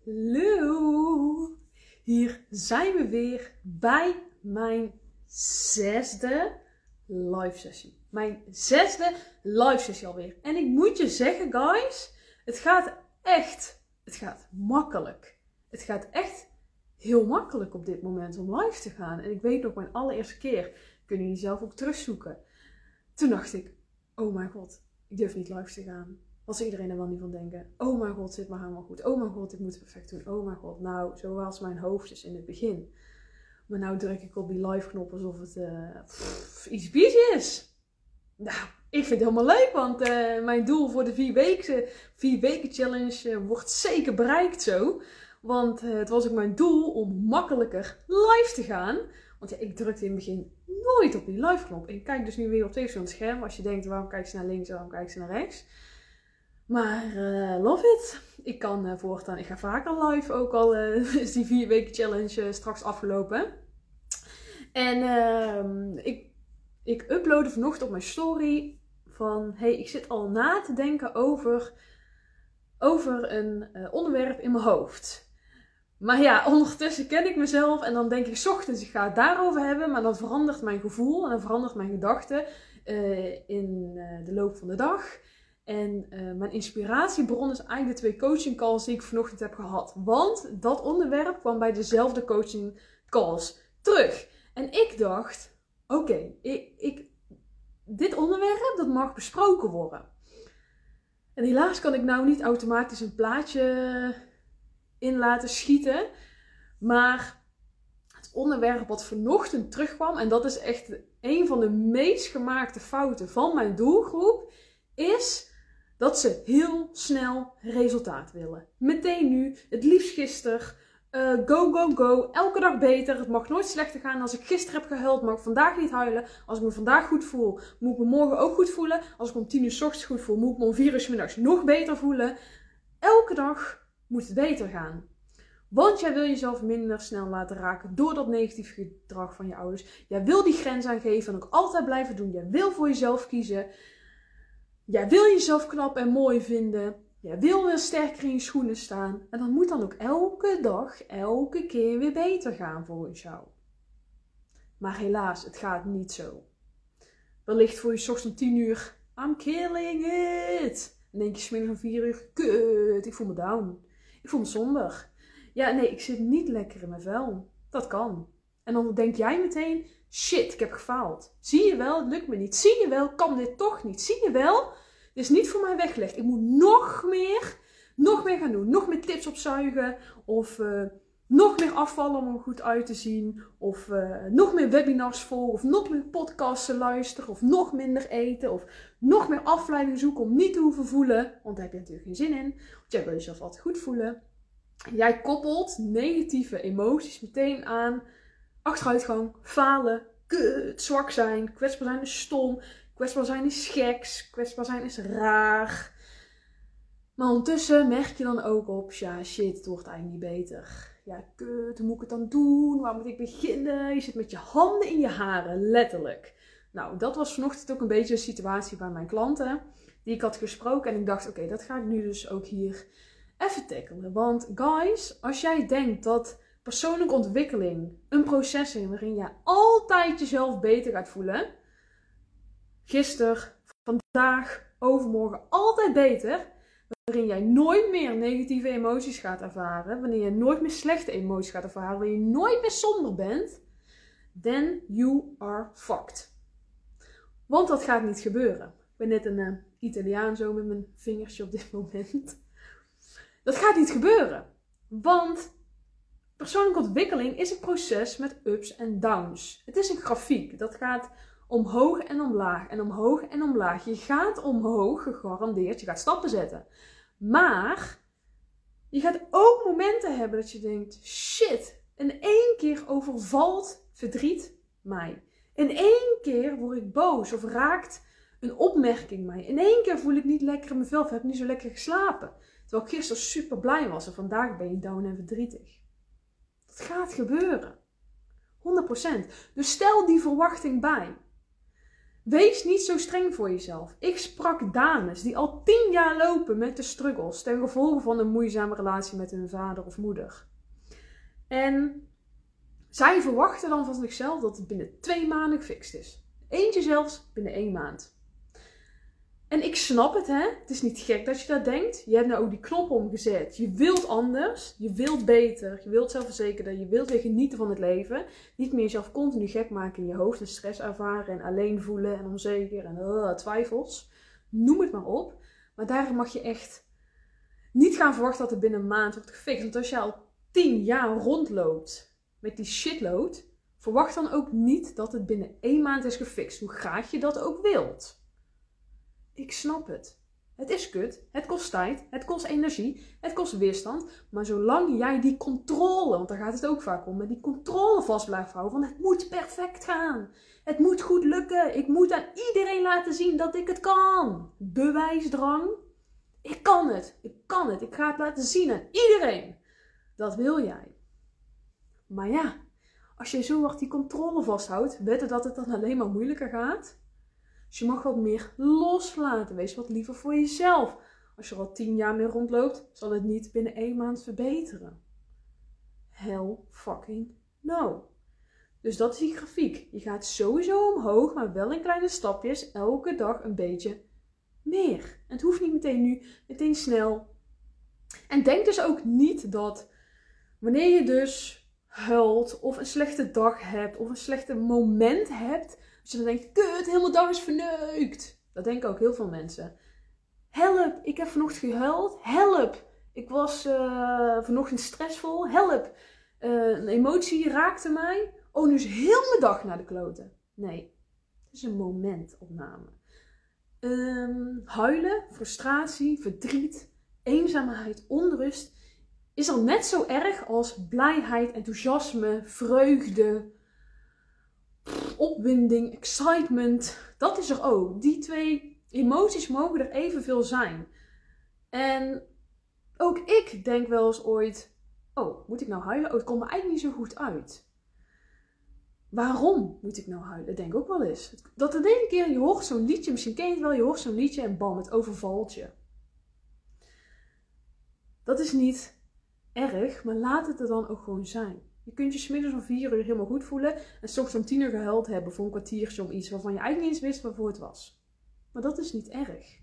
Hallo, hier zijn we weer bij mijn zesde live sessie. Mijn zesde live sessie alweer. En ik moet je zeggen, guys, het gaat makkelijk. Het gaat echt heel makkelijk op dit moment om live te gaan. En ik weet nog, mijn allereerste keer, kunnen jullie zelf ook terugzoeken. Toen dacht ik, oh mijn god, ik durf niet live te gaan. Wat zal iedereen er wel niet van denken? Oh mijn god, zit maar helemaal goed. Oh mijn god, ik moet het perfect doen. Oh mijn god, nou, zo was mijn hoofd dus in het begin. Maar nou druk ik op die live knop alsof het easy peasy is. Nou, ik vind het helemaal leuk, want mijn doel voor de 4 weken challenge wordt zeker bereikt zo. Want het was ook mijn doel om makkelijker live te gaan. Want ja, ik drukte in het begin nooit op die live knop. En ik kijk dus nu weer op TV zo'n scherm. Als je denkt, waarom kijk je naar links, waarom kijk je naar rechts? Maar love it. Ik kan voortaan, ik ga vaker live, ook al is die 4 weken challenge straks afgelopen. En ik uploadde vanochtend op mijn story van, hey, ik zit al na te denken over een onderwerp in mijn hoofd. Maar ja, ondertussen ken ik mezelf en dan denk ik 's ochtends, ik ga het daarover hebben, maar dan verandert mijn gevoel en dan verandert mijn gedachte in de loop van de dag. En mijn inspiratiebron is eigenlijk de 2 coaching calls die ik vanochtend heb gehad. Want dat onderwerp kwam bij dezelfde coaching calls terug. En ik dacht, oké, dit onderwerp dat mag besproken worden. En helaas kan ik nou niet automatisch een plaatje in laten schieten. Maar het onderwerp wat vanochtend terugkwam, en dat is echt een van de meest gemaakte fouten van mijn doelgroep, is dat ze heel snel resultaat willen. Meteen nu, het liefst gisteren. Go, go, go. Elke dag beter. Het mag nooit slechter gaan. Als ik gisteren heb gehuild, mag ik vandaag niet huilen. Als ik me vandaag goed voel, moet ik me morgen ook goed voelen. Als ik me om 10 uur 's ochtends goed voel, moet ik me om 4 uur 's middags nog beter voelen. Elke dag moet het beter gaan. Want jij wil jezelf minder snel laten raken door dat negatief gedrag van je ouders. Jij wil die grens aangeven en ook altijd blijven doen. Jij wil voor jezelf kiezen. Jij wil jezelf knap en mooi vinden. Jij wil weer sterker in je schoenen staan. En dat moet dan ook elke dag, elke keer weer beter gaan volgens jou. Maar helaas, het gaat niet zo. Wellicht voor je 's ochtends om 10 uur. I'm killing it. En denk je 's middags om 4 uur. Kut, ik voel me down. Ik voel me somber. Ja, nee, ik zit niet lekker in mijn vel. Dat kan. En dan denk jij meteen, shit, ik heb gefaald. Zie je wel, het lukt me niet. Zie je wel, kan dit toch niet. Zie je wel, dit is niet voor mij weggelegd. Ik moet nog meer gaan doen. Nog meer tips opzuigen. Of nog meer afvallen om er goed uit te zien. Of nog meer webinars volgen. Of nog meer podcasts luisteren. Of nog minder eten. Of nog meer afleiding zoeken om niet te hoeven voelen. Want daar heb je natuurlijk geen zin in. Want jij wil jezelf altijd goed voelen. Jij koppelt negatieve emoties meteen aan achteruitgang, falen, kut, zwak zijn, kwetsbaar zijn is stom, kwetsbaar zijn is geks, kwetsbaar zijn is raar. Maar ondertussen merk je dan ook op, ja shit, het wordt eigenlijk niet beter. Ja kut, hoe moet ik het dan doen? Waar moet ik beginnen? Je zit met je handen in je haren, letterlijk. Nou, dat was vanochtend ook een beetje de situatie bij mijn klanten die ik had gesproken. En ik dacht, oké, dat ga ik nu dus ook hier even tackelen. Want guys, als jij denkt dat persoonlijke ontwikkeling een proces is waarin je altijd jezelf beter gaat voelen. Gisteren, vandaag, overmorgen, altijd beter. Waarin jij nooit meer negatieve emoties gaat ervaren. Wanneer je nooit meer slechte emoties gaat ervaren. Wanneer je nooit meer somber bent. Then you are fucked. Want dat gaat niet gebeuren. Ik ben net een Italiaan zo met mijn vingertje op dit moment. Dat gaat niet gebeuren. Want persoonlijke ontwikkeling is een proces met ups en downs. Het is een grafiek. Dat gaat omhoog en omlaag en omhoog en omlaag. Je gaat omhoog, gegarandeerd. Je gaat stappen zetten. Maar je gaat ook momenten hebben dat je denkt, shit, in één keer overvalt verdriet mij. In één keer word ik boos of raakt een opmerking mij. In één keer voel ik niet lekker in mijn vel of heb ik niet zo lekker geslapen. Terwijl ik gisteren super blij was en vandaag ben je down en verdrietig. Dat gaat gebeuren. 100%. Dus stel die verwachting bij. Wees niet zo streng voor jezelf. Ik sprak dames die al 10 jaar lopen met de struggles ten gevolge van een moeizame relatie met hun vader of moeder. En zij verwachten dan van zichzelf dat het binnen 2 maanden gefixt is. Eentje zelfs binnen 1 maand. En ik snap het, hè. Het is niet gek dat je dat denkt. Je hebt nou ook die knop omgezet. Je wilt anders. Je wilt beter. Je wilt zelfverzekerder. Je wilt weer genieten van het leven. Niet meer jezelf continu gek maken in je hoofd. En stress ervaren. En alleen voelen. En onzeker. En twijfels. Noem het maar op. Maar daarom mag je echt niet gaan verwachten dat het binnen een maand wordt gefixt. Want als je al 10 jaar rondloopt met die shitload. Verwacht dan ook niet dat het binnen 1 maand is gefixt. Hoe graag je dat ook wilt. Ik snap het. Het is kut. Het kost tijd. Het kost energie. Het kost weerstand. Maar zolang jij die controle, want daar gaat het ook vaak om, met die controle vast blijft houden. Van het moet perfect gaan. Het moet goed lukken. Ik moet aan iedereen laten zien dat ik het kan. Bewijsdrang. Ik kan het. Ik kan het. Ik ga het laten zien aan iedereen. Dat wil jij. Maar ja, als je zo hard die controle vasthoudt, wetten dat het dan alleen maar moeilijker gaat. Dus je mag wat meer loslaten. Wees wat liever voor jezelf. Als je er al 10 jaar mee rondloopt, zal het niet binnen 1 maand verbeteren. Hell fucking no. Dus dat is die grafiek. Je gaat sowieso omhoog, maar wel in kleine stapjes. Elke dag een beetje meer. En het hoeft niet meteen nu, meteen snel. En denk dus ook niet dat wanneer je dus huilt of een slechte dag hebt of een slechte moment hebt, als je dan denkt, kut, heel mijn dag is verneukt. Dat denken ook heel veel mensen. Help, ik heb vanochtend gehuild. Help, ik was vanochtend stressvol. Help, een emotie raakte mij. Oh, nu is heel mijn dag naar de kloten. Nee, het is een momentopname. Huilen, frustratie, verdriet, eenzaamheid, onrust is al net zo erg als blijheid, enthousiasme, vreugde, opwinding, excitement. Dat is er ook. Die 2 emoties mogen er evenveel zijn. En ook ik denk wel eens ooit, oh, moet ik nou huilen? Oh, het komt me eigenlijk niet zo goed uit. Waarom moet ik nou huilen? Denk ook wel eens. Dat in één keer, je hoort zo'n liedje, misschien ken je het wel, je hoort zo'n liedje en bam, het overvalt je. Dat is niet erg, maar laat het er dan ook gewoon zijn. Je kunt je 's middags om 4 uur helemaal goed voelen en 's ochtends om 10 uur gehuild hebben voor een kwartiertje om iets waarvan je eigenlijk niet eens wist waarvoor het was. Maar dat is niet erg.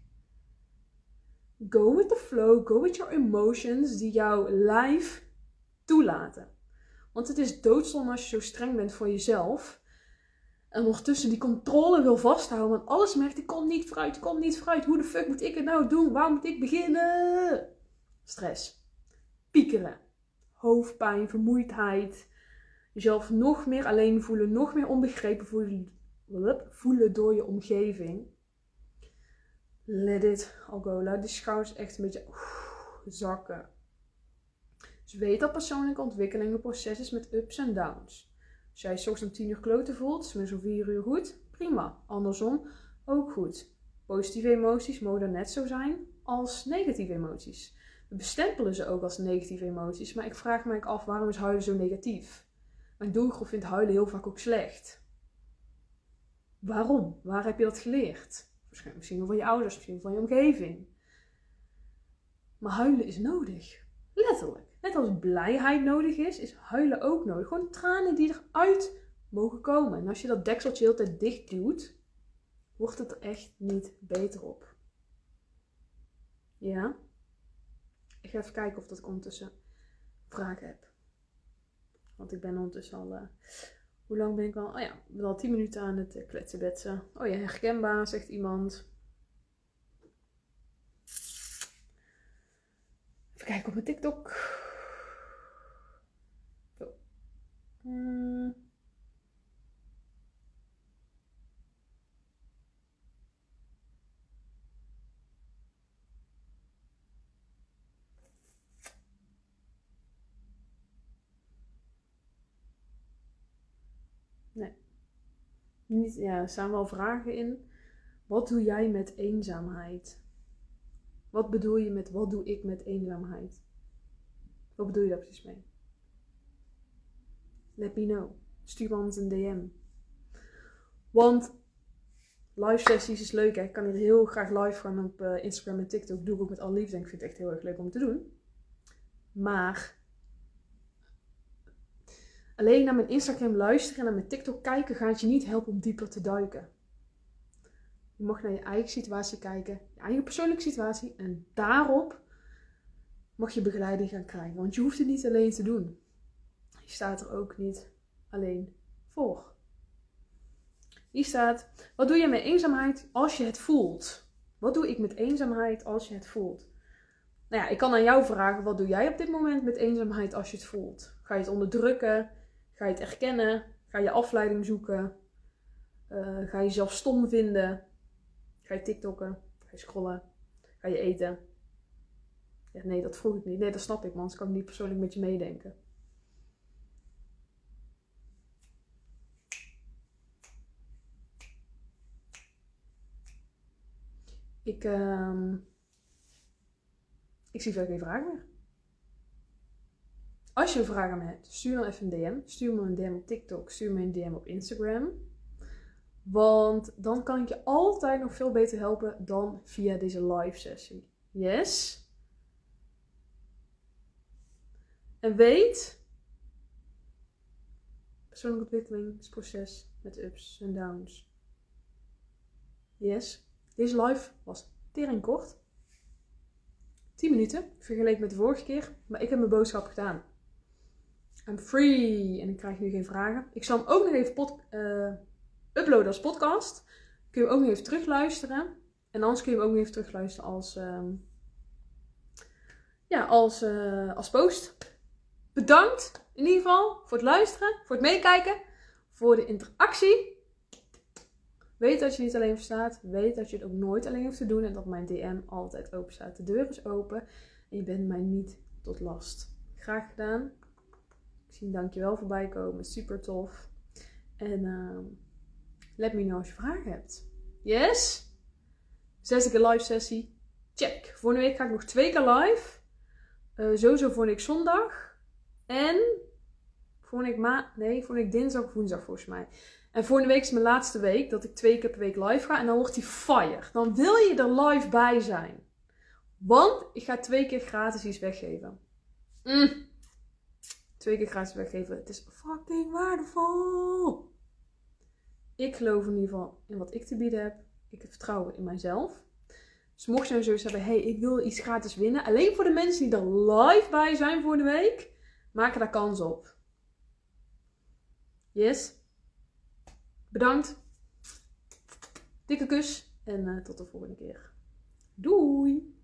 Go with the flow, go with your emotions die jouw lijf toelaten. Want het is doodzonde als je zo streng bent voor jezelf en ondertussen die controle wil vasthouden, want alles merkt, ik kom niet vooruit, ik kom niet vooruit. Hoe de fuck moet ik het nou doen? Waar moet ik beginnen? Stress. Piekeren. Hoofdpijn, vermoeidheid. Jezelf nog meer alleen voelen, nog meer onbegrepen voelen door je omgeving. Let it all go. Laat die schouders echt een beetje zakken. Dus weet dat persoonlijke ontwikkeling een proces is met ups en downs. Als jij soms om 10 uur kloten voelt, is met zo'n 4 uur goed, prima. Andersom ook goed. Positieve emoties mogen er net zo zijn als negatieve emoties. We bestempelen ze ook als negatieve emoties, maar ik vraag me af, waarom is huilen zo negatief? Mijn doelgroep vindt huilen heel vaak ook slecht. Waarom? Waar heb je dat geleerd? Misschien wel van je ouders, misschien van je omgeving. Maar huilen is nodig. Letterlijk. Net als blijheid nodig is huilen ook nodig. Gewoon tranen die eruit mogen komen. En als je dat dekseltje de hele tijd dicht duwt, wordt het er echt niet beter op. Ja? Ik ga even kijken of dat ik ondertussen vragen heb. Want ik ben ondertussen al... hoe lang ben ik al? Oh ja, ik ben al 10 minuten aan het kletsenbetsen. Oh ja, herkenbaar, zegt iemand. Even kijken op mijn TikTok. Zo. Nee. Niet, ja, er staan wel vragen in. Wat doe jij met eenzaamheid? Wat bedoel je met wat doe ik met eenzaamheid? Wat bedoel je daar precies mee? Let me know. Stuur me anders een DM. Want Live sessies is leuk, hè. Ik kan hier heel graag live gaan op Instagram en TikTok. Doe ik ook met alle liefde en ik vind het echt heel erg leuk om te doen. Maar alleen naar mijn Instagram luisteren en naar mijn TikTok kijken gaat je niet helpen om dieper te duiken. Je mag naar je eigen situatie kijken, je eigen persoonlijke situatie. En daarop mag je begeleiding gaan krijgen. Want je hoeft het niet alleen te doen. Je staat er ook niet alleen voor. Hier staat, wat doe je met eenzaamheid als je het voelt? Wat doe ik met eenzaamheid als je het voelt? Nou ja, ik kan aan jou vragen, wat doe jij op dit moment met eenzaamheid als je het voelt? Ga je het onderdrukken? Ga je het erkennen? Ga je afleiding zoeken? Ga je jezelf stom vinden? Ga je TikTokken? Ga je scrollen? Ga je eten? Ja, nee, dat vroeg ik niet. Nee, dat snap ik, man. Anders kan ik niet persoonlijk met je meedenken. Ik zie verder geen vragen meer. Als je vragen aan me hebt, stuur dan even een DM. Stuur me een DM op TikTok. Stuur me een DM op Instagram. Want dan kan ik je altijd nog veel beter helpen dan via deze live sessie. Yes? En weet, persoonlijke ontwikkelingsproces met ups en downs. Yes? Deze live was tering kort. 10 minuten, vergeleken met de vorige keer. Maar ik heb mijn boodschap gedaan. I'm free. En ik krijg nu geen vragen. Ik zal hem ook nog even uploaden als podcast. Kun je hem ook nog even terugluisteren. En anders kun je hem ook nog even terugluisteren als post. Bedankt in ieder geval voor het luisteren, voor het meekijken, voor de interactie. Weet dat je niet alleen verstaat. Weet dat je het ook nooit alleen hoeft te doen. En dat mijn DM altijd open staat. De deur is open. En je bent mij niet tot last. Graag gedaan. Ik zie een dankjewel voorbij komen. Super tof. En let me know als je vragen hebt. Yes? 6e keer live sessie. Check. Volgende week ga ik nog 2 keer live. Sowieso volgende week zondag. En volgende week dinsdag of woensdag volgens mij. En volgende week is mijn laatste week dat ik 2 keer per week live ga. En dan wordt die fire. Dan wil je er live bij zijn. Want ik ga 2 keer gratis iets weggeven. 2 keer gratis weggeven. Het is fucking waardevol. Ik geloof in ieder geval in wat ik te bieden heb. Ik heb vertrouwen in mijzelf. Dus mocht je nou zoiets hebben, hey, ik wil iets gratis winnen. Alleen voor de mensen die er live bij zijn volgende week. Maken daar kans op. Yes. Bedankt. Dikke kus. En tot de volgende keer. Doei.